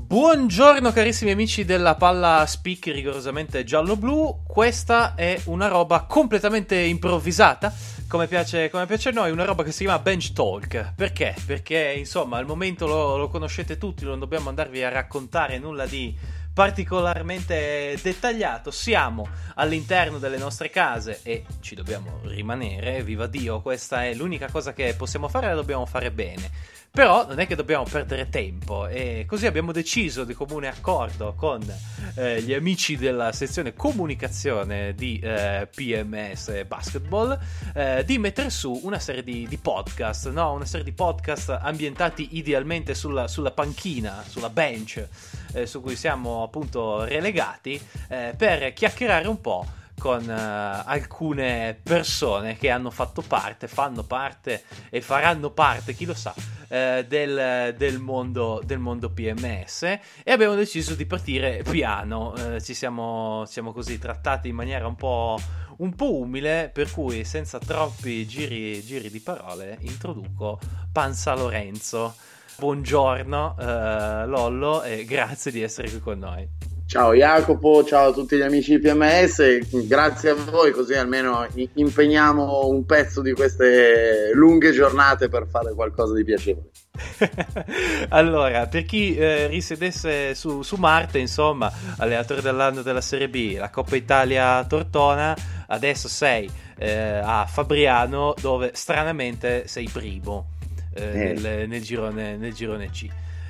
Buongiorno carissimi amici della palla speak rigorosamente giallo-blu. Questa è una roba completamente improvvisata, come piace a noi, una roba che si chiama Bench Talk. Perché? Perché insomma al momento lo conoscete tutti, non dobbiamo andarvi a raccontare nulla di particolarmente dettagliato. Siamo all'interno delle nostre case e ci dobbiamo rimanere, viva Dio, questa è l'unica cosa che possiamo fare e la dobbiamo fare bene. Però non è che dobbiamo perdere tempo e così abbiamo deciso di comune accordo con gli amici della sezione comunicazione di PMS Basketball di mettere su una serie di podcast, no? Una serie di podcast ambientati idealmente sulla panchina, sulla bench su cui siamo appunto relegati per chiacchierare un po' con alcune persone che hanno fatto parte, fanno parte e faranno parte, chi lo sa, del mondo PMS, e abbiamo deciso di partire piano. Ci siamo così trattati in maniera un po' umile, per cui senza troppi giri di parole introduco Panza Lorenzo. Buongiorno Lollo e grazie di essere qui con noi. Ciao Jacopo, ciao a tutti gli amici di PMS, grazie a voi, così almeno impegniamo un pezzo di queste lunghe giornate per fare qualcosa di piacevole. Allora, per chi risiedesse su Marte, insomma, allenatore dell'anno della Serie B, la Coppa Italia Tortona, adesso sei a Fabriano, dove stranamente sei primo nel girone C.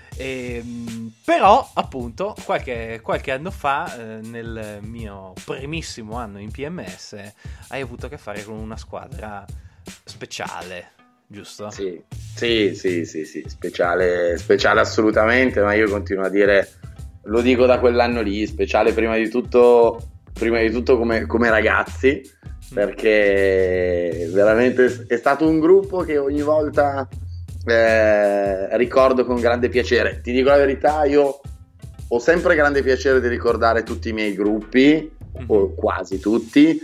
Però appunto qualche anno fa nel mio primissimo anno in PMS hai avuto a che fare con una squadra speciale, giusto? Sì, speciale assolutamente, ma io continuo a dire, lo dico da quell'anno lì, speciale prima di tutto come ragazzi, perché veramente è stato un gruppo che ogni volta ricordo con grande piacere. Ti dico la verità, io ho sempre grande piacere di ricordare tutti i miei gruppi, o quasi tutti,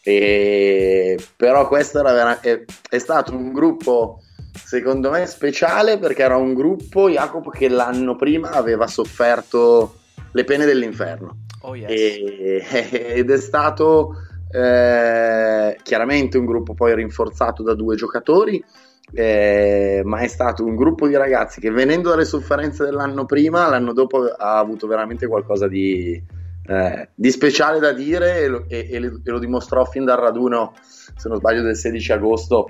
però questo è stato un gruppo secondo me speciale, perché era un gruppo, Jacopo, che l'anno prima aveva sofferto le pene dell'inferno. Oh yes. Ed è stato chiaramente un gruppo poi rinforzato da 2 giocatori, ma è stato un gruppo di ragazzi che, venendo dalle sofferenze dell'anno prima, l'anno dopo ha avuto veramente qualcosa di speciale da dire, e lo dimostrò fin dal raduno, se non sbaglio, del 16 agosto,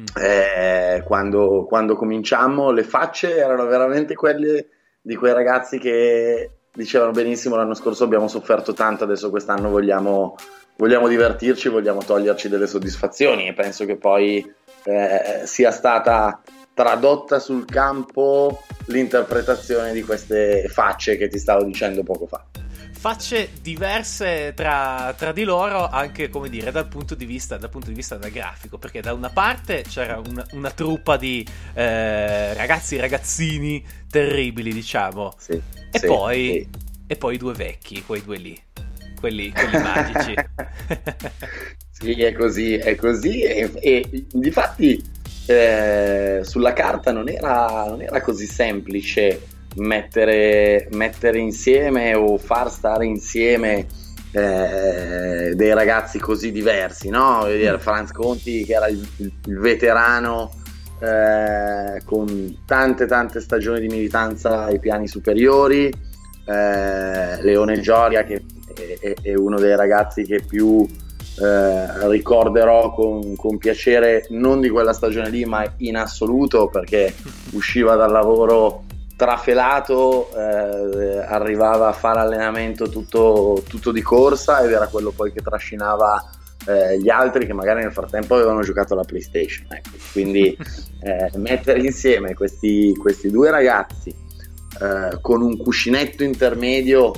quando cominciammo. Le facce erano veramente quelle di quei ragazzi che dicevano: benissimo, l'anno scorso abbiamo sofferto tanto, adesso quest'anno vogliamo divertirci, vogliamo toglierci delle soddisfazioni, e penso che poi sia stata tradotta sul campo l'interpretazione di queste facce che ti stavo dicendo poco fa. Facce diverse tra di loro, anche, come dire, dal punto di vista anagrafico, perché da una parte c'era una truppa di ragazzini terribili, diciamo, sì, e poi i 2 vecchi, quei 2 lì, quelli magici. Sì, è così, e difatti sulla carta non era così semplice mettere insieme o far stare insieme dei ragazzi così diversi, no? Franz Conti, che era il veterano con tante stagioni di militanza ai piani superiori, Leone Gioria, che è uno dei ragazzi che più ricorderò con piacere, non di quella stagione lì, ma in assoluto, perché usciva dal lavoro trafelato, arrivava a fare allenamento tutto di corsa, ed era quello poi che trascinava gli altri che magari nel frattempo avevano giocato alla PlayStation, ecco. Quindi mettere insieme questi 2 ragazzi con un cuscinetto intermedio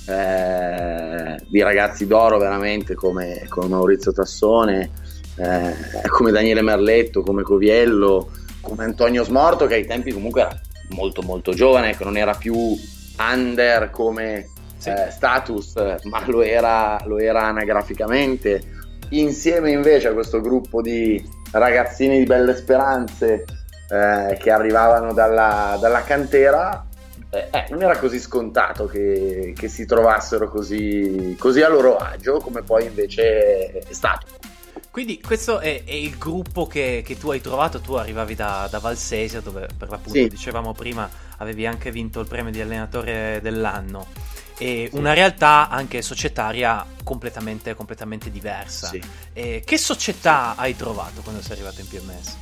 di ragazzi d'oro veramente, come Maurizio Tassone, come Daniele Merletto, come Coviello, come Antonio Smorto, che ai tempi comunque era molto molto giovane, che non era più under come status, ma lo era anagraficamente, insieme invece a questo gruppo di ragazzini di belle speranze che arrivavano dalla cantera, non era così scontato che si trovassero così a loro agio, come poi invece è stato. Quindi questo è il gruppo che tu hai trovato. Tu arrivavi da Valsesia, dove per l'appunto, Sì. dicevamo prima, avevi anche vinto il premio di allenatore dell'anno. E una realtà anche societaria completamente diversa. Sì. Che società hai trovato quando sei arrivato in PMS?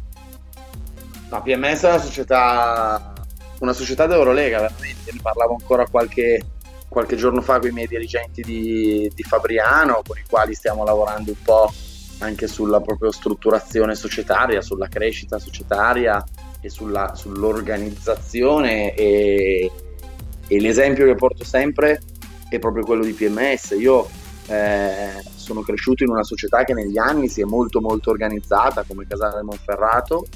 No, PMS è una società d'Eurolega, veramente. Ne parlavo ancora qualche giorno fa con i miei dirigenti di Fabriano, con i quali stiamo lavorando un po' anche sulla propria strutturazione societaria, sulla crescita societaria e sull'organizzazione, e l'esempio che porto sempre è proprio quello di PMS. Io sono cresciuto in una società che negli anni si è molto molto organizzata, come Casale Monferrato.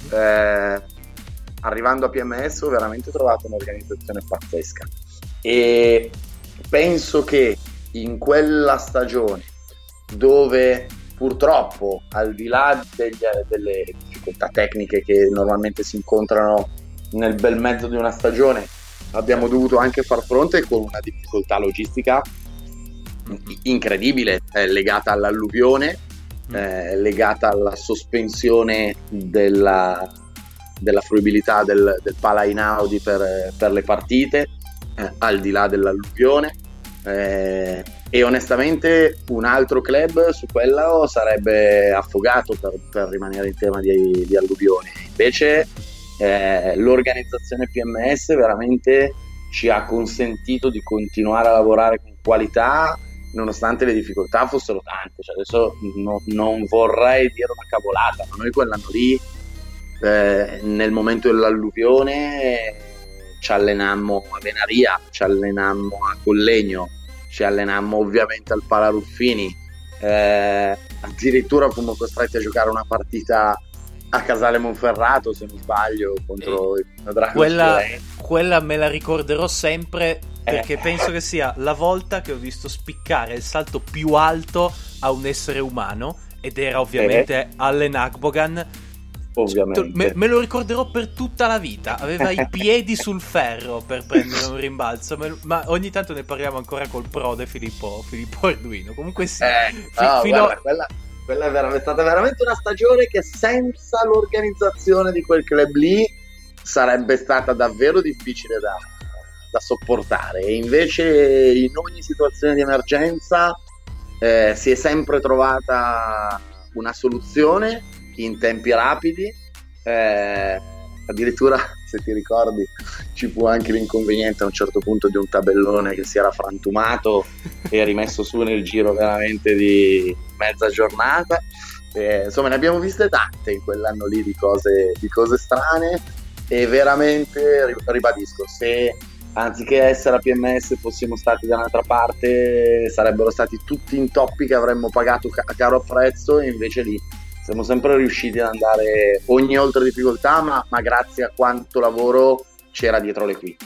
Arrivando a PMS ho veramente trovato un'organizzazione pazzesca, e penso che in quella stagione, dove purtroppo, al di là delle difficoltà tecniche che normalmente si incontrano nel bel mezzo di una stagione, abbiamo dovuto anche far fronte con una difficoltà logistica incredibile, legata all'alluvione, legata alla sospensione della fruibilità del Pala Einaudi per le partite, al di là dell'alluvione, e onestamente un altro club su quello sarebbe affogato per rimanere in tema di alluvione. Invece l'organizzazione PMS veramente ci ha consentito di continuare a lavorare con qualità, nonostante le difficoltà fossero tante. Cioè, adesso non vorrei dire una cavolata, ma noi quell'anno lì, nel momento dell'alluvione, ci allenammo a Venaria, ci allenammo a Collegno, ci allenammo ovviamente al Pala Ruffini, addirittura fummo costretti a giocare una partita a Casale Monferrato, se non sbaglio, contro il Drago. Quella me la ricorderò sempre, perché penso che sia la volta che ho visto spiccare il salto più alto a un essere umano, ed era ovviamente Allen Agbogan. Ovviamente. Me lo ricorderò per tutta la vita. Aveva i piedi sul ferro per prendere un rimbalzo, ma ogni tanto ne parliamo ancora col prode Filippo Arduino. Comunque sì, guarda, quella è stata veramente una stagione che senza l'organizzazione di quel club lì sarebbe stata davvero difficile da sopportare, e invece in ogni situazione di emergenza si è sempre trovata una soluzione in tempi rapidi. Addirittura, se ti ricordi, ci fu anche l'inconveniente a un certo punto di un tabellone che si era frantumato e rimesso su nel giro veramente di mezza giornata. Insomma, ne abbiamo viste tante in quell'anno lì di cose strane, e veramente ribadisco, se anziché essere a PMS fossimo stati da un'altra parte, sarebbero stati tutti intoppi che avremmo pagato a caro prezzo, e invece lì siamo sempre riusciti ad andare ogni oltre difficoltà, ma grazie a quanto lavoro c'era dietro le quinte.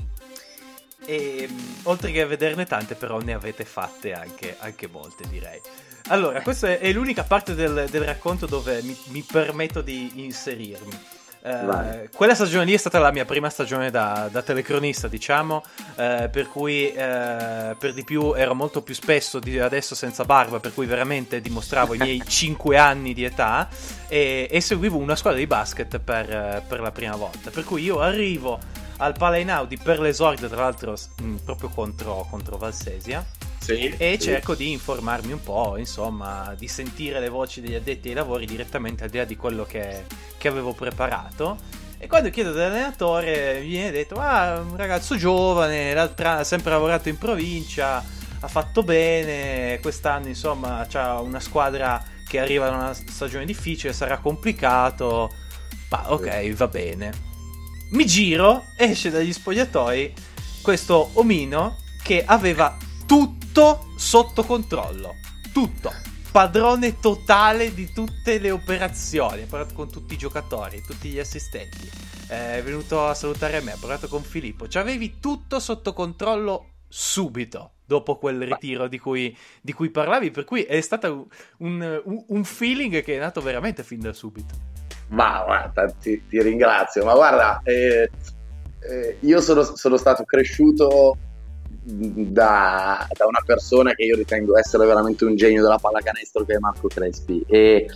E oltre che a vederne tante, però ne avete fatte anche molte, direi. Allora, questa è l'unica parte del racconto dove mi permetto di inserirmi. Quella stagione lì è stata la mia prima stagione da telecronista, diciamo, per cui per di più ero molto più spesso di adesso senza barba, per cui veramente dimostravo i miei 5 anni di età, e seguivo una squadra di basket per la prima volta, per cui io arrivo al Pala Einaudi per l'esordio, tra l'altro proprio contro Valsesia. Sì, e cerco di informarmi un po', insomma, di sentire le voci degli addetti ai lavori direttamente, al di là di quello che avevo preparato. E quando chiedo dell'allenatore mi viene detto: un ragazzo giovane, ha sempre lavorato in provincia, ha fatto bene, quest'anno insomma c'ha una squadra che arriva da una stagione difficile, sarà complicato, ma ok, va bene. Mi giro, esce dagli spogliatoi questo omino che aveva tutto sotto controllo, tutto, padrone totale di tutte le operazioni. Ha parlato con tutti i giocatori, tutti gli assistenti, è venuto a salutare me, ha parlato con Filippo, cioè avevi tutto sotto controllo subito dopo quel ritiro di cui parlavi, per cui è stato un feeling che è nato veramente fin da subito. Ma guarda, ti ringrazio, ma guarda, io sono stato cresciuto da una persona che io ritengo essere veramente un genio della pallacanestro, che è Marco Crespi, e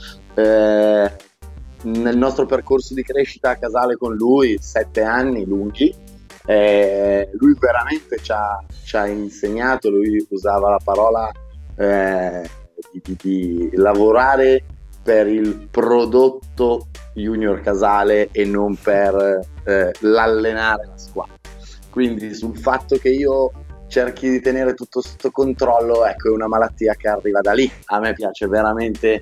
nel nostro percorso di crescita a Casale con lui, 7 anni lunghi, lui veramente ci ha insegnato, lui usava la parola di lavorare per il prodotto Junior Casale e non per l'allenare la squadra. Quindi sul fatto che io cerchi di tenere tutto sotto controllo, ecco, è una malattia che arriva da lì. A me piace veramente,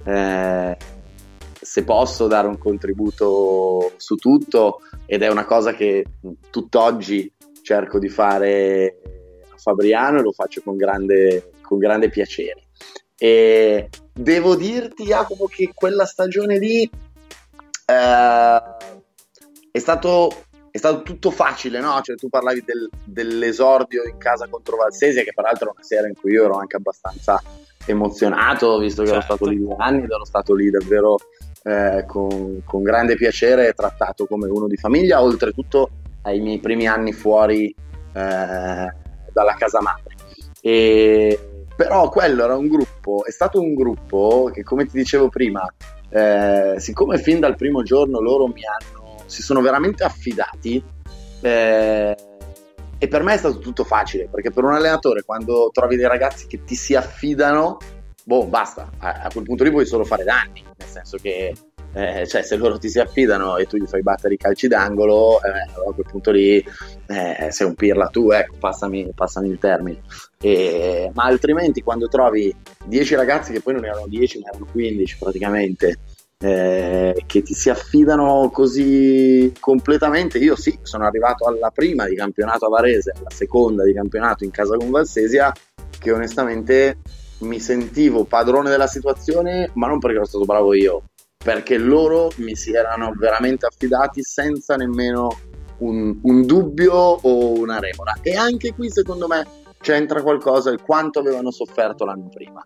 se posso, dare un contributo su tutto, ed è una cosa che tutt'oggi cerco di fare a Fabriano, e lo faccio con grande piacere. E devo dirti, Jacopo, che quella stagione lì è stato tutto facile, no? Cioè, tu parlavi dell'esordio in casa contro Valsesia, che peraltro è una sera in cui io ero anche abbastanza emozionato, visto che ero stato lì 2 anni ed ero stato lì davvero con grande piacere, trattato come uno di famiglia, oltretutto ai miei primi anni fuori dalla casa madre. Però quello era è stato un gruppo che, come ti dicevo prima, siccome fin dal primo giorno loro si sono veramente affidati, e per me è stato tutto facile, perché per un allenatore, quando trovi dei ragazzi che ti si affidano, basta, a quel punto lì puoi solo fare danni, nel senso che cioè, se loro ti si affidano e tu gli fai battere i calci d'angolo, a quel punto lì sei un pirla tu, ecco, passami il termine. Ma altrimenti, quando trovi 10 ragazzi, che poi non erano 10 ma erano 15 praticamente, che ti si affidano così completamente. Io sì, sono arrivato alla prima di campionato a Varese, alla seconda di campionato in casa con Valsesia, che onestamente mi sentivo padrone della situazione, ma non perché ero stato bravo io, perché loro mi si erano veramente affidati senza nemmeno un dubbio o una remora. E anche qui, secondo me, c'entra qualcosa il quanto avevano sofferto l'anno prima.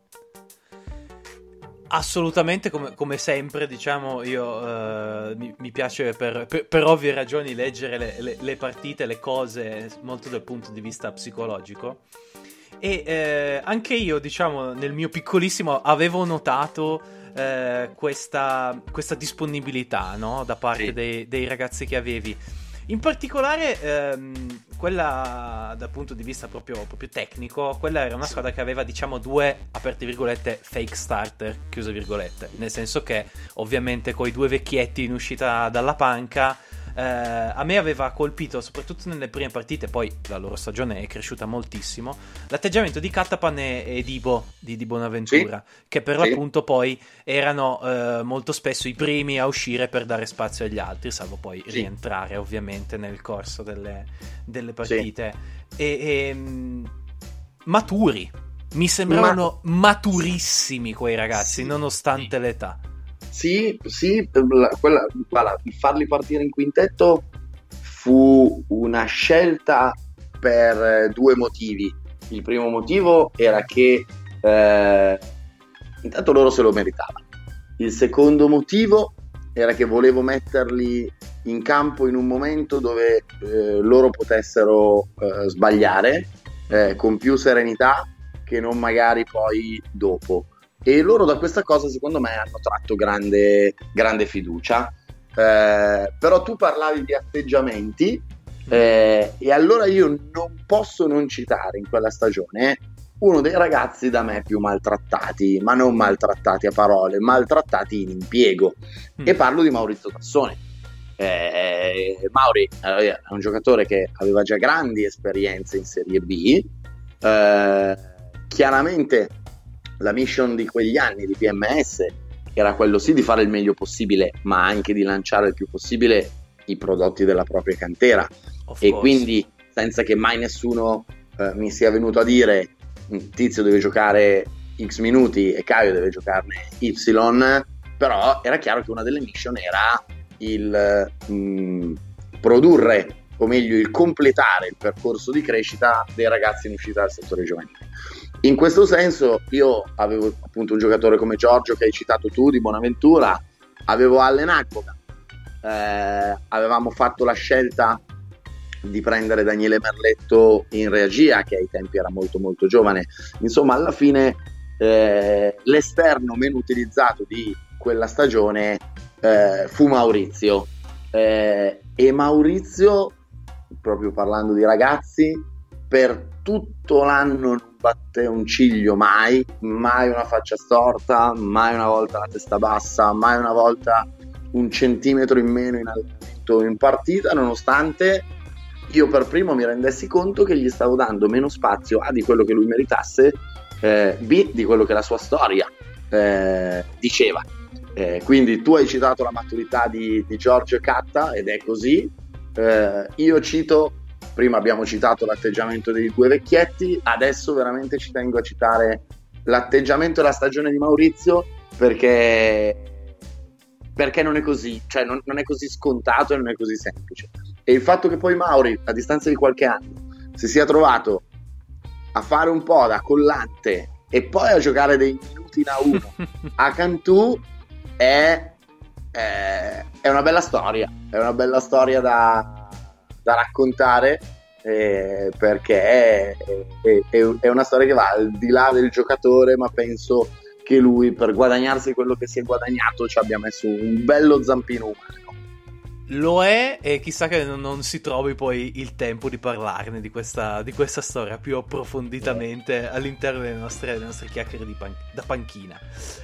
Assolutamente, come sempre, diciamo, io mi piace per ovvie ragioni leggere le partite, le cose molto dal punto di vista psicologico, e anche io, diciamo, nel mio piccolissimo avevo notato questa disponibilità, no? Da parte dei ragazzi che avevi. In particolare quella dal punto di vista proprio tecnico, quella era una squadra che aveva, diciamo, 2, aperte virgolette, fake starter, chiuse virgolette, nel senso che ovviamente coi 2 vecchietti in uscita dalla panca, a me aveva colpito, soprattutto nelle prime partite, poi la loro stagione è cresciuta moltissimo, l'atteggiamento di Kattapan e Dibo, di Bonaventura, che per l'appunto poi erano molto spesso i primi a uscire per dare spazio agli altri, salvo poi rientrare ovviamente nel corso delle partite. E maturi, mi sembravano maturissimi quei ragazzi, nonostante l'età. Sì, farli partire in quintetto fu una scelta per 2 motivi. Il primo motivo era che intanto loro se lo meritavano. Il secondo motivo era che volevo metterli in campo in un momento dove loro potessero sbagliare con più serenità che non magari poi dopo. E loro da questa cosa, secondo me, hanno tratto grande fiducia. Però tu parlavi di atteggiamenti, e allora io non posso non citare in quella stagione uno dei ragazzi da me più maltrattati, ma non maltrattati a parole, maltrattati in impiego, e parlo di Maurizio Tassone. Mauri è un giocatore che aveva già grandi esperienze in Serie B, chiaramente la mission di quegli anni di PMS era quello sì di fare il meglio possibile, ma anche di lanciare il più possibile i prodotti della propria cantera. E quindi, senza che mai nessuno mi sia venuto a dire Tizio deve giocare X minuti e Caio deve giocarne Y, però era chiaro che una delle mission era il produrre, o meglio il completare il percorso di crescita dei ragazzi in uscita dal settore giovanile. In questo senso io avevo appunto un giocatore come Giorgio, che hai citato tu, di Bonaventura, avevo Allen Akboga, avevamo fatto la scelta di prendere Daniele Merletto in regia, che ai tempi era molto molto giovane. Insomma, alla fine l'esterno meno utilizzato di quella stagione fu Maurizio, e Maurizio, proprio parlando di ragazzi, per tutto l'anno non batte un ciglio, mai una faccia storta, mai una volta la testa bassa, mai una volta un centimetro in meno in allenamento in partita, nonostante io per primo mi rendessi conto che gli stavo dando meno spazio A di quello che lui meritasse, B di quello che la sua storia diceva. Quindi tu hai citato la maturità di Giorgio Catta, ed è così. Io cito, prima abbiamo citato l'atteggiamento dei due vecchietti, adesso veramente ci tengo a citare l'atteggiamento e la stagione di Maurizio, perché non è così, cioè non è così scontato e non è così semplice. E il fatto che poi Mauri, a distanza di qualche anno, si sia trovato a fare un po' da collante e poi a giocare dei minuti in A1 a Cantù è una bella storia, da raccontare, perché è una storia che va al di là del giocatore, ma penso che lui, per guadagnarsi quello che si è guadagnato, ci abbia messo un bello zampino umano. Lo è, e chissà che non si trovi poi il tempo di parlarne di questa storia più approfonditamente all'interno delle nostre chiacchiere da panchina.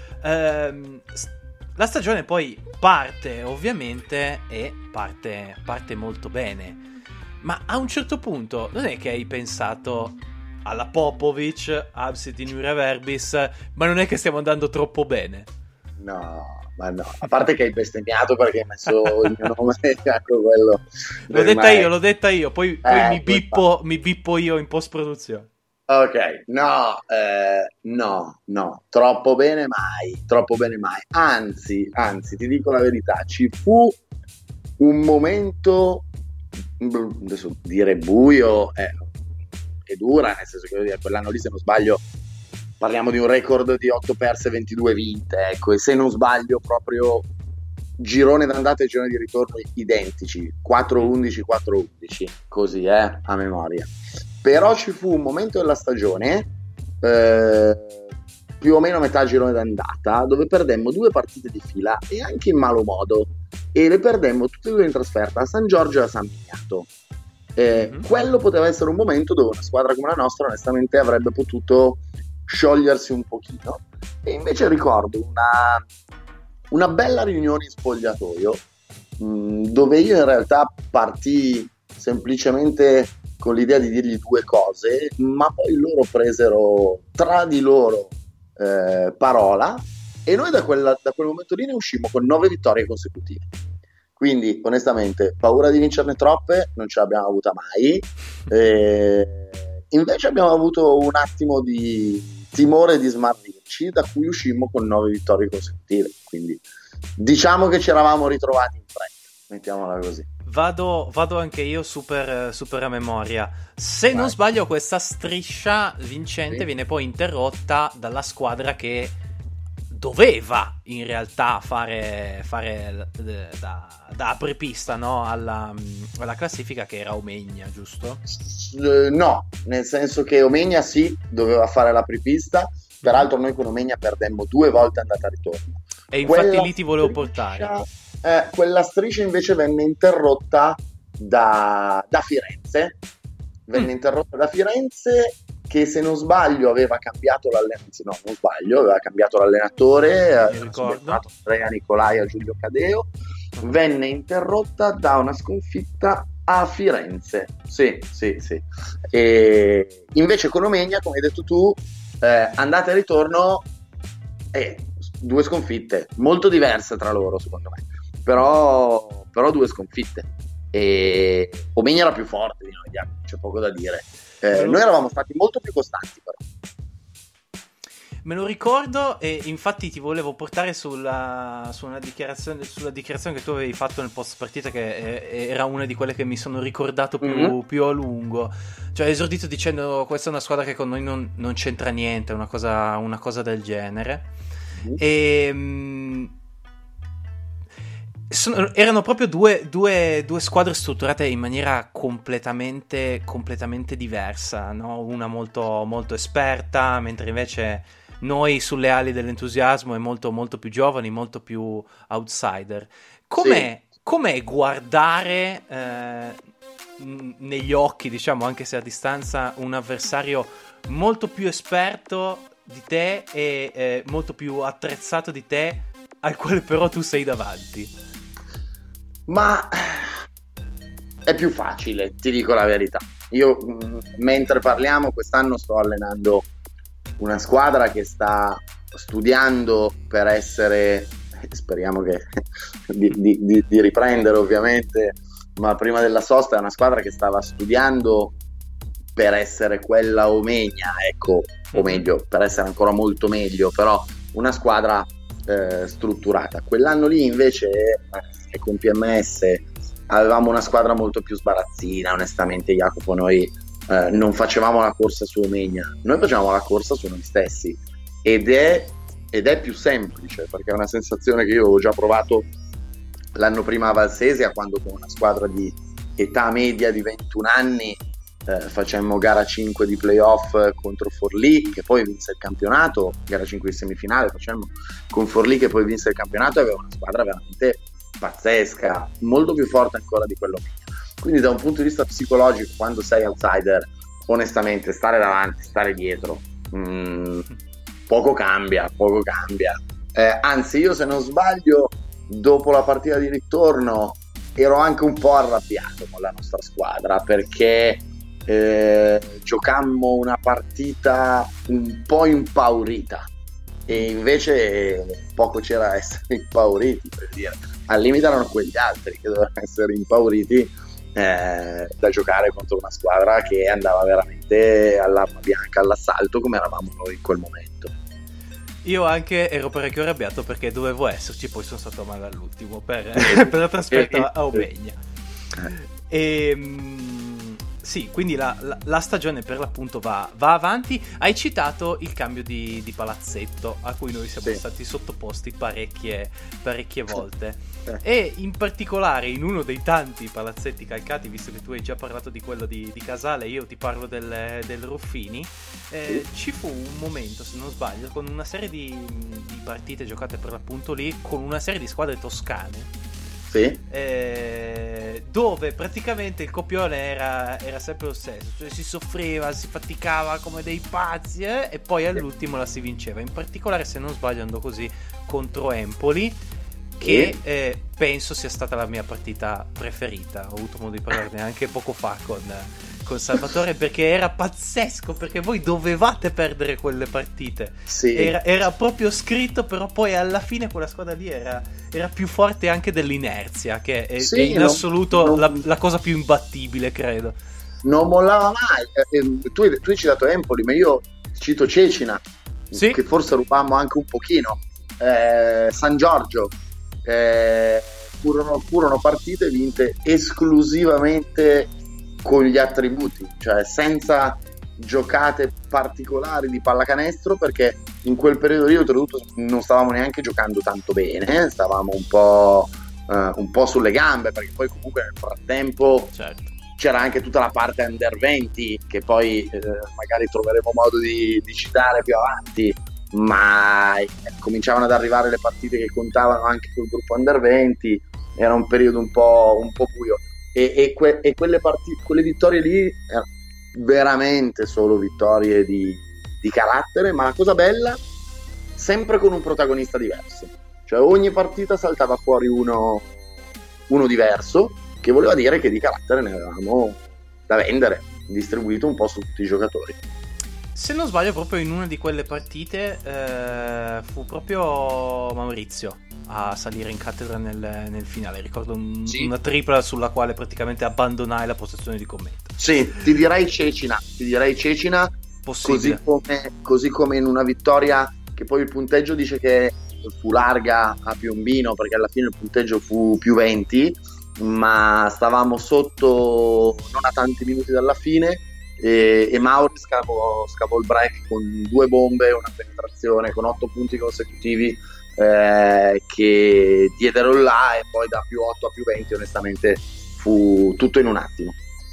La stagione poi parte, ovviamente, e parte molto bene, ma a un certo punto non è che hai pensato alla Popovic, absit in iure verbis, ma non è che stiamo andando troppo bene? No, ma no, a parte che hai bestemmiato perché hai messo il mio nome, ecco quello. L'ho detta io, poi mi bippo io in post-produzione. Ok, no, troppo bene mai. Anzi, ti dico la verità, ci fu un momento, adesso dire buio è dura, nel senso che quell'anno lì, se non sbaglio, parliamo di un record di 8 perse, 22 vinte, ecco, e se non sbaglio proprio girone d'andata e girone di ritorno identici, 4-11, 4-11, così, a memoria. Però ci fu un momento della stagione, più o meno a metà girone d'andata, dove perdemmo 2 partite di fila, e anche in malo modo, e le perdemmo tutte e 2 in trasferta, a San Giorgio e a San Miniato. Quello poteva essere un momento dove una squadra come la nostra onestamente avrebbe potuto sciogliersi un pochino, e invece ricordo una bella riunione in spogliatoio, dove io in realtà partii semplicemente con l'idea di dirgli 2 cose, ma poi loro presero tra di loro parola, e noi da quel momento lì ne uscimmo con 9 vittorie consecutive. Quindi onestamente paura di vincerne troppe non ce l'abbiamo avuta mai, invece abbiamo avuto un attimo di timore di smarrirci, da cui uscimmo con 9 vittorie consecutive. Quindi diciamo che ci eravamo ritrovati in fretta, mettiamola così. Vado anche io super a memoria. Se non sbaglio, questa striscia vincente viene poi interrotta dalla squadra che doveva in realtà fare da apripista, no? alla classifica, che era Omegna, giusto? No, nel senso che Omegna sì, doveva fare l'apripista. Peraltro noi con Omegna perdemmo 2 volte andata e ritorno. E infatti lì ti volevo portare. Quella striscia invece venne interrotta da Firenze. Interrotta da Firenze, che se non sbaglio aveva cambiato l'allenatore, aveva subentrato Andrea Nicolai a Giulio Cadeo. Venne interrotta da una sconfitta a Firenze. Sì. E invece con Omegna, come hai detto tu, andata e ritorno, 2 sconfitte molto diverse tra loro, secondo me, però 2 sconfitte, e Omegna era più forte di noi, c'è poco da dire. Noi eravamo stati molto più costanti, però. Me lo ricordo, e infatti ti volevo portare sulla dichiarazione che tu avevi fatto nel post partita, che era una di quelle che mi sono ricordato più a lungo. Cioè, hai esordito dicendo: questa è una squadra che con noi non c'entra niente, una cosa del genere. E Erano proprio due squadre strutturate in maniera completamente diversa, no? Una molto, molto esperta, mentre invece noi sulle ali dell'entusiasmo e molto, molto più giovani, molto più outsider. Com'è guardare negli occhi, diciamo, anche se a distanza, un avversario molto più esperto di te e molto più attrezzato di te, al quale però tu sei davanti? Ma è più facile, ti dico la verità. Io mentre parliamo quest'anno sto allenando una squadra che sta studiando per essere, speriamo che di riprendere ovviamente, ma prima della sosta è una squadra che stava studiando per essere quella Omegna, ecco, o meglio, per essere ancora molto meglio, però una squadra strutturata. Quell'anno lì invece con PMS avevamo una squadra molto più sbarazzina, onestamente Jacopo, noi non facevamo la corsa su Omegna, noi facevamo la corsa su noi stessi ed è più semplice, perché è una sensazione che io ho già provato l'anno prima a Valsesia, quando con una squadra di età media di 21 anni facemmo gara 5 di playoff contro Forlì, che poi vinse il campionato, gara 5 di semifinale facemmo con Forlì, che poi vinse il campionato, e aveva una squadra veramente pazzesca, molto più forte ancora di quello mio. Quindi da un punto di vista psicologico, quando sei outsider, onestamente stare davanti, stare dietro, poco cambia. Anzi, io, se non sbaglio, dopo la partita di ritorno ero anche un po' arrabbiato con la nostra squadra, perché giocammo una partita un po' impaurita, e invece poco c'era da essere impauriti, per dire. Al limite erano quegli altri che dovevano essere impauriti da giocare contro una squadra che andava veramente all'arma bianca, all'assalto, come eravamo noi in quel momento. Io anche ero parecchio arrabbiato perché dovevo esserci, poi sono stato male all'ultimo per la trasferta a Omegna. Sì, quindi la stagione per l'appunto va avanti. Hai citato il cambio di palazzetto, a cui noi siamo stati sottoposti parecchie volte, e in particolare in uno dei tanti palazzetti calcati, visto che tu hai già parlato di quello di Casale, io ti parlo del Ruffini. Ci fu un momento, se non sbaglio, con una serie di partite giocate per l'appunto lì, con una serie di squadre toscane, dove praticamente il copione era sempre lo stesso, cioè si soffriva, si faticava come dei pazzi, e poi all'ultimo la si vinceva. In particolare, se non sbaglio, andò così contro Empoli, che penso sia stata la mia partita preferita. Ho avuto modo di parlarne anche poco fa con Salvatore, perché era pazzesco, perché voi dovevate perdere quelle partite. Era proprio scritto, però poi alla fine quella squadra lì era più forte anche dell'inerzia, che è in assoluto la cosa più imbattibile, credo. Non mollava mai. Tu hai citato Empoli, ma io cito Cecina, che forse rubammo anche un pochino, San Giorgio. Furono partite vinte esclusivamente con gli attributi, cioè senza giocate particolari di pallacanestro, perché in quel periodo lì oltretutto non stavamo neanche giocando tanto bene, stavamo un po' sulle gambe, perché poi comunque nel frattempo c'era anche tutta la parte under 20 che poi magari troveremo modo di citare più avanti, ma cominciavano ad arrivare le partite che contavano anche col gruppo under 20, era un periodo un po' buio, e quelle vittorie lì erano veramente solo vittorie di carattere, ma la cosa bella, sempre con un protagonista diverso, cioè ogni partita saltava fuori uno diverso, che voleva dire che di carattere ne avevamo da vendere, distribuito un po' su tutti i giocatori. Se non sbaglio, proprio in una di quelle partite fu proprio Maurizio a salire in cattedra nel finale. Ricordo una tripla sulla quale praticamente abbandonai la possessione di commento. Sì, ti direi Cecina, così come in una vittoria che poi il punteggio dice che fu larga a Piombino, perché alla fine il punteggio fu più 20, ma stavamo sotto non a tanti minuti dalla fine, e Mauri scavò il break con 2 bombe, una penetrazione, con 8 punti consecutivi che diedero là, e poi da +8 a +20 onestamente fu tutto in un attimo.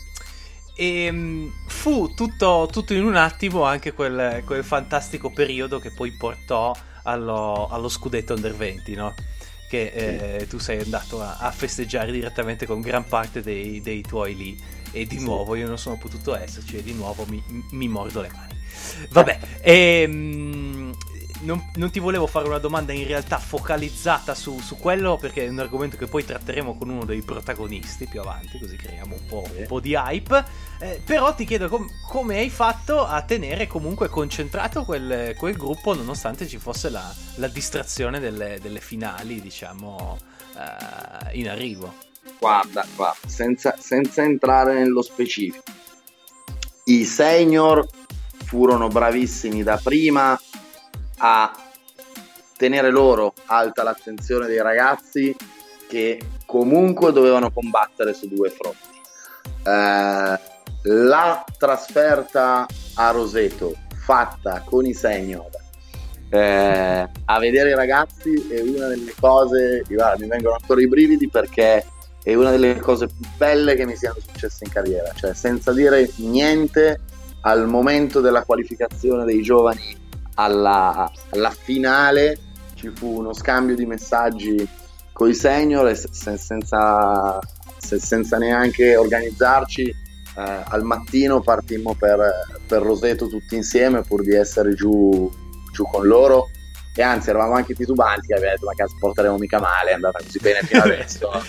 E fu tutto in un attimo anche quel quel periodo che poi portò allo scudetto Under 20, no? Che tu sei andato a festeggiare direttamente con gran parte dei tuoi lì, e di nuovo io non sono potuto esserci, e di nuovo mi mordo le mani. Vabbè, non ti volevo fare una domanda in realtà focalizzata su quello, perché è un argomento che poi tratteremo con uno dei protagonisti più avanti, così creiamo un po' di hype. Però ti chiedo come hai fatto a tenere comunque concentrato quel gruppo, nonostante ci fosse la distrazione delle finali, diciamo, in arrivo. Guarda, senza entrare nello specifico, i senior furono bravissimi da prima a tenere loro alta l'attenzione dei ragazzi, che comunque dovevano combattere su due fronti. La trasferta a Roseto fatta con i senior, a vedere i ragazzi, è una delle cose, guarda, mi vengono ancora i brividi, perché è una delle cose più belle che mi siano successe in carriera. Cioè, senza dire niente, al momento della qualificazione dei giovani alla finale ci fu uno scambio di messaggi con i senior, e senza neanche organizzarci, al mattino partimmo per Roseto tutti insieme, pur di essere giù con loro, e anzi eravamo anche titubanti, abbiamo detto: ma cazzo, porteremo mica male, è andata così bene fino adesso. No,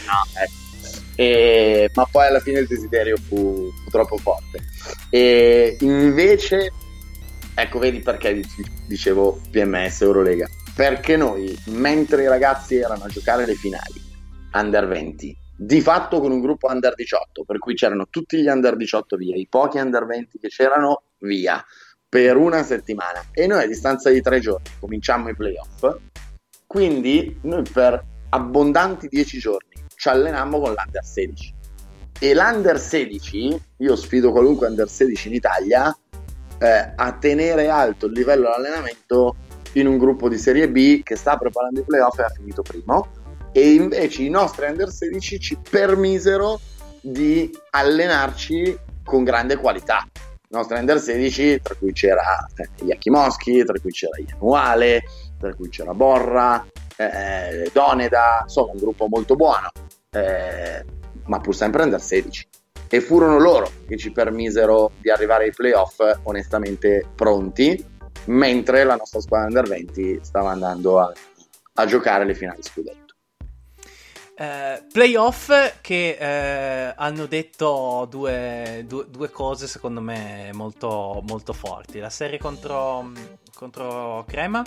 ma poi alla fine il desiderio fu troppo forte. E invece, ecco, vedi perché dicevo PMS Eurolega, perché noi, mentre i ragazzi erano a giocare le finali Under 20, di fatto con un gruppo Under 18, per cui c'erano tutti gli Under 18 via, i pochi Under 20 che c'erano via, per una settimana, e noi a distanza di 3 giorni cominciamo i playoff. Quindi noi per abbondanti 10 giorni ci allenammo con l'Under 16, e l'Under 16, io sfido qualunque Under 16 in Italia a tenere alto il livello dell'allenamento in un gruppo di Serie B che sta preparando i playoff e ha finito primo. E invece i nostri Under 16 ci permisero di allenarci con grande qualità. I nostri Under 16, tra cui c'era Yakimoschi, tra cui c'era Ianuale, tra cui c'era Borra, Doneda, insomma un gruppo molto buono, ma pur sempre Under 16. E furono loro che ci permisero di arrivare ai playoff onestamente pronti, mentre la nostra squadra Under 20 stava andando a giocare le finali scudetto. Playoff che hanno detto due cose secondo me molto, molto forti. La serie contro Crema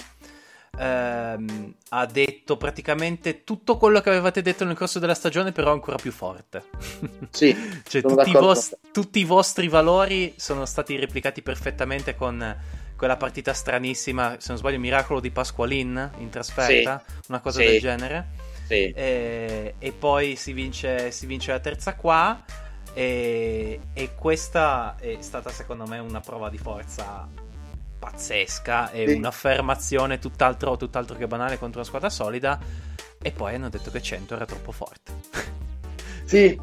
ha detto praticamente tutto quello che avevate detto nel corso della stagione, però ancora più forte. Sì, cioè tutti i vostri valori sono stati replicati perfettamente con quella partita stranissima, se non sbaglio Miracolo di Pasqualin in trasferta, sì, una cosa del genere. Sì. E poi si vince la terza qua, e questa è stata secondo me una prova di forza pazzesca, e sì, un'affermazione tutt'altro che banale contro una squadra solida. E poi hanno detto che 100 era troppo forte. Sì,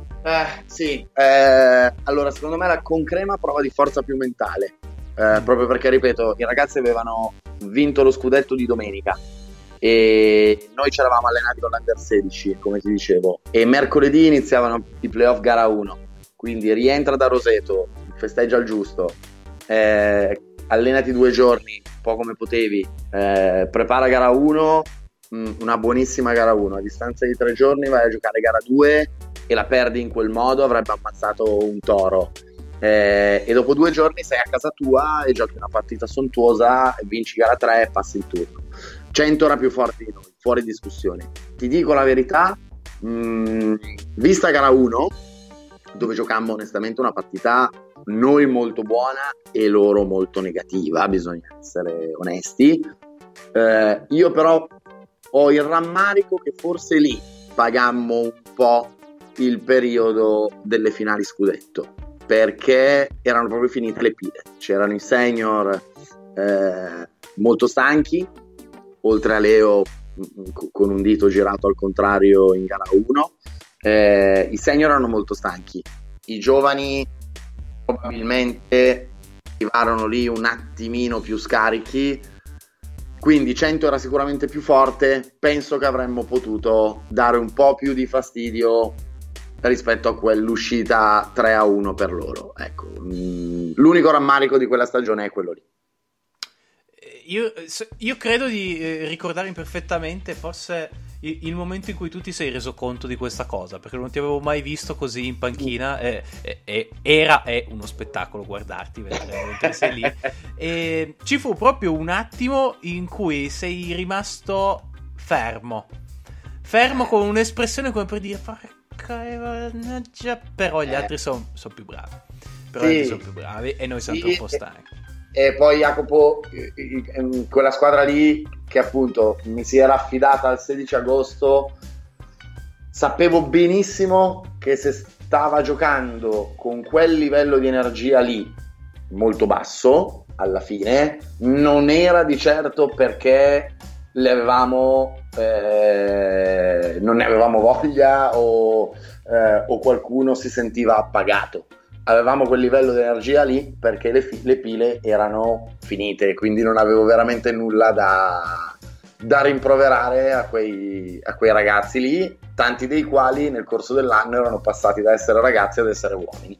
allora secondo me la concrema prova di forza più mentale, proprio perché, ripeto, i ragazzi avevano vinto lo scudetto di domenica e noi ci eravamo allenati con l'Under 16, come ti dicevo, e mercoledì iniziavano i playoff gara 1, quindi rientra da Roseto, festeggia il giusto, allenati 2 giorni, un po' come potevi, prepara gara 1, una buonissima gara 1, a distanza di 3 giorni vai a giocare gara 2 e la perdi in quel modo, avrebbe ammazzato un toro. E dopo 2 giorni sei a casa tua e giochi una partita sontuosa, vinci gara 3 e passi il turno. 100 era più forte di noi, fuori discussione. Ti dico la verità, vista gara 1, dove giocammo onestamente una partita noi molto buona e loro molto negativa, bisogna essere onesti, io però ho il rammarico che forse lì pagammo un po' il periodo delle finali scudetto, perché erano proprio finite le pile, c'erano i senior molto stanchi, oltre a Leo con un dito girato al contrario in gara 1. I senior erano molto stanchi, i giovani probabilmente arrivarono lì un attimino più scarichi, quindi 100 era sicuramente più forte. Penso che avremmo potuto dare un po' più di fastidio rispetto a quell'uscita 3-1 per loro. Ecco, l'unico rammarico di quella stagione è quello lì. Io credo di ricordare perfettamente forse il momento in cui tu ti sei reso conto di questa cosa, perché non ti avevo mai visto così in panchina, è uno spettacolo guardarti mentre sei lì, e ci fu proprio un attimo in cui sei rimasto fermo con un'espressione come per dire però gli altri sono più bravi, e noi siamo troppo stanchi. E poi Jacopo, quella squadra lì che appunto mi si era affidata il 16 agosto, sapevo benissimo che se stava giocando con quel livello di energia lì molto basso alla fine, non era di certo perché non ne avevamo voglia o qualcuno si sentiva appagato. Avevamo quel livello di energia lì perché le pile erano finite, quindi non avevo veramente nulla da rimproverare a quei ragazzi lì, tanti dei quali nel corso dell'anno erano passati da essere ragazzi ad essere uomini.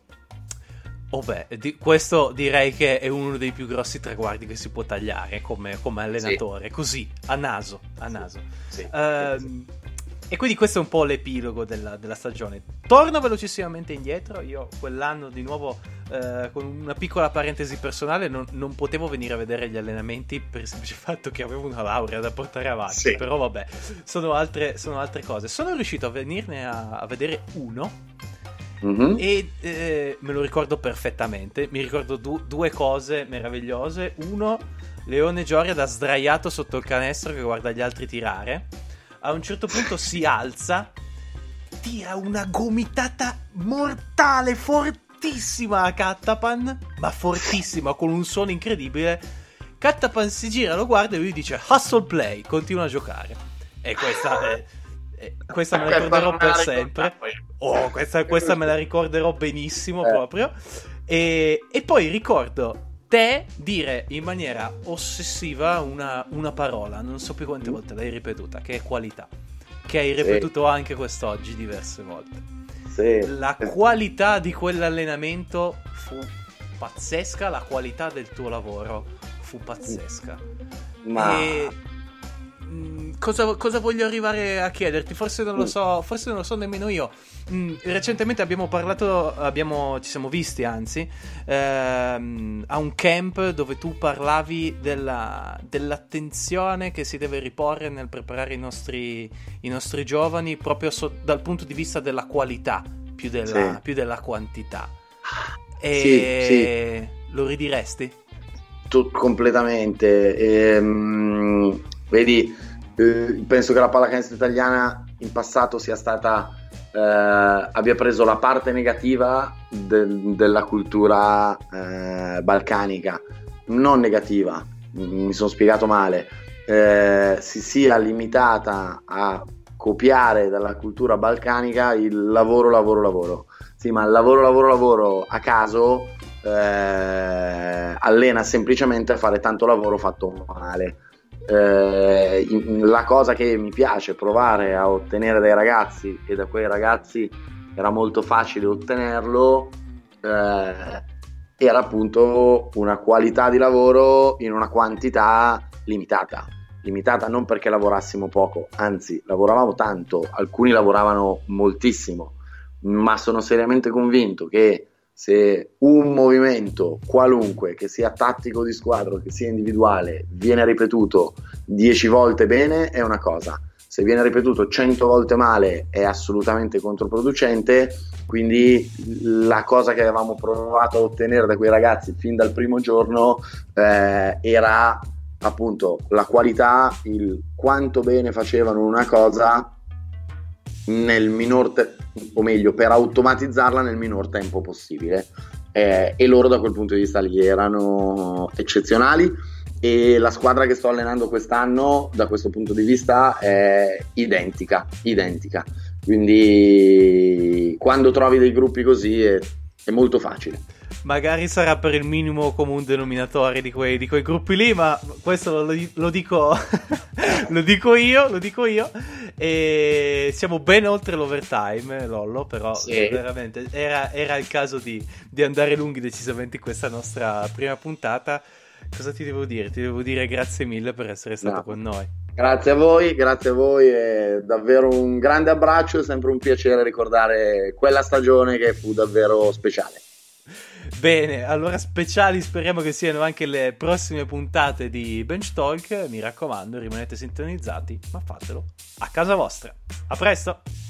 Questo direi che è uno dei più grossi traguardi che si può tagliare come allenatore, sì. Così, a naso. Sì. E quindi questo è un po' l'epilogo della stagione. Torno velocissimamente indietro. Io quell'anno di nuovo, con una piccola parentesi personale, non potevo venire a vedere gli allenamenti per il semplice fatto che avevo una laurea da portare avanti. Sì. Però vabbè, sono altre cose. Sono riuscito a venirne a vedere uno. Mm-hmm. E me lo ricordo perfettamente. Mi ricordo due cose meravigliose. Uno, Leone Gioria da sdraiato sotto il canestro che guarda gli altri tirare. A un certo punto si alza, tira una gomitata mortale, fortissima a Kattapan, ma fortissima, con un suono incredibile. Kattapan si gira, lo guarda e lui dice hustle play, continua a giocare. E questa me la ricorderò per sempre. Questa me la ricorderò benissimo proprio. E poi ricordo te dire in maniera ossessiva una parola, non so più quante volte l'hai ripetuta, che è qualità, che hai ripetuto anche quest'oggi diverse volte. Sì. La qualità di quell'allenamento fu pazzesca, la qualità del tuo lavoro fu pazzesca. Ma cosa voglio arrivare a chiederti? Forse non lo so nemmeno io. Recentemente ci siamo visti anzi a un camp dove tu parlavi dell'attenzione che si deve riporre nel preparare i nostri giovani proprio dal punto di vista della qualità più della quantità. Sì. Lo ridiresti? Completamente. Vedi, penso che la pallacanestro italiana in passato sia stata abbia preso la parte negativa della cultura balcanica, non negativa, mi sono spiegato male, si sia limitata a copiare dalla cultura balcanica il lavoro. Sì, ma il lavoro a caso allena semplicemente a fare tanto lavoro fatto male. La cosa che mi piace provare a ottenere dai ragazzi, e da quei ragazzi era molto facile ottenerlo, era appunto una qualità di lavoro in una quantità limitata non perché lavorassimo poco, anzi lavoravamo tanto, alcuni lavoravano moltissimo, ma sono seriamente convinto che se un movimento qualunque, che sia tattico di squadra o che sia individuale, viene ripetuto 10 volte bene è una cosa, se viene ripetuto 100 volte male è assolutamente controproducente. Quindi la cosa che avevamo provato a ottenere da quei ragazzi fin dal primo giorno era appunto la qualità, il quanto bene facevano una cosa nel minor o meglio per automatizzarla nel minor tempo possibile, e loro da quel punto di vista lì erano eccezionali. e la squadra che sto allenando quest'anno da questo punto di vista è identica. Quindi quando trovi dei gruppi così è molto facile. Magari sarà per il minimo comune denominatore di quei gruppi lì, ma questo lo dico lo dico io, e siamo ben oltre l'overtime, Lollo, però sì. Veramente era il caso di andare lunghi decisamente in questa nostra prima puntata. Cosa ti devo dire? Ti devo dire grazie mille per essere stato con noi. Grazie a voi, è davvero un grande abbraccio, è sempre un piacere ricordare quella stagione che fu davvero speciale. Bene, allora speciali speriamo che siano anche le prossime puntate di Bench Talk. Mi raccomando, rimanete sintonizzati, ma fatelo a casa vostra. A presto!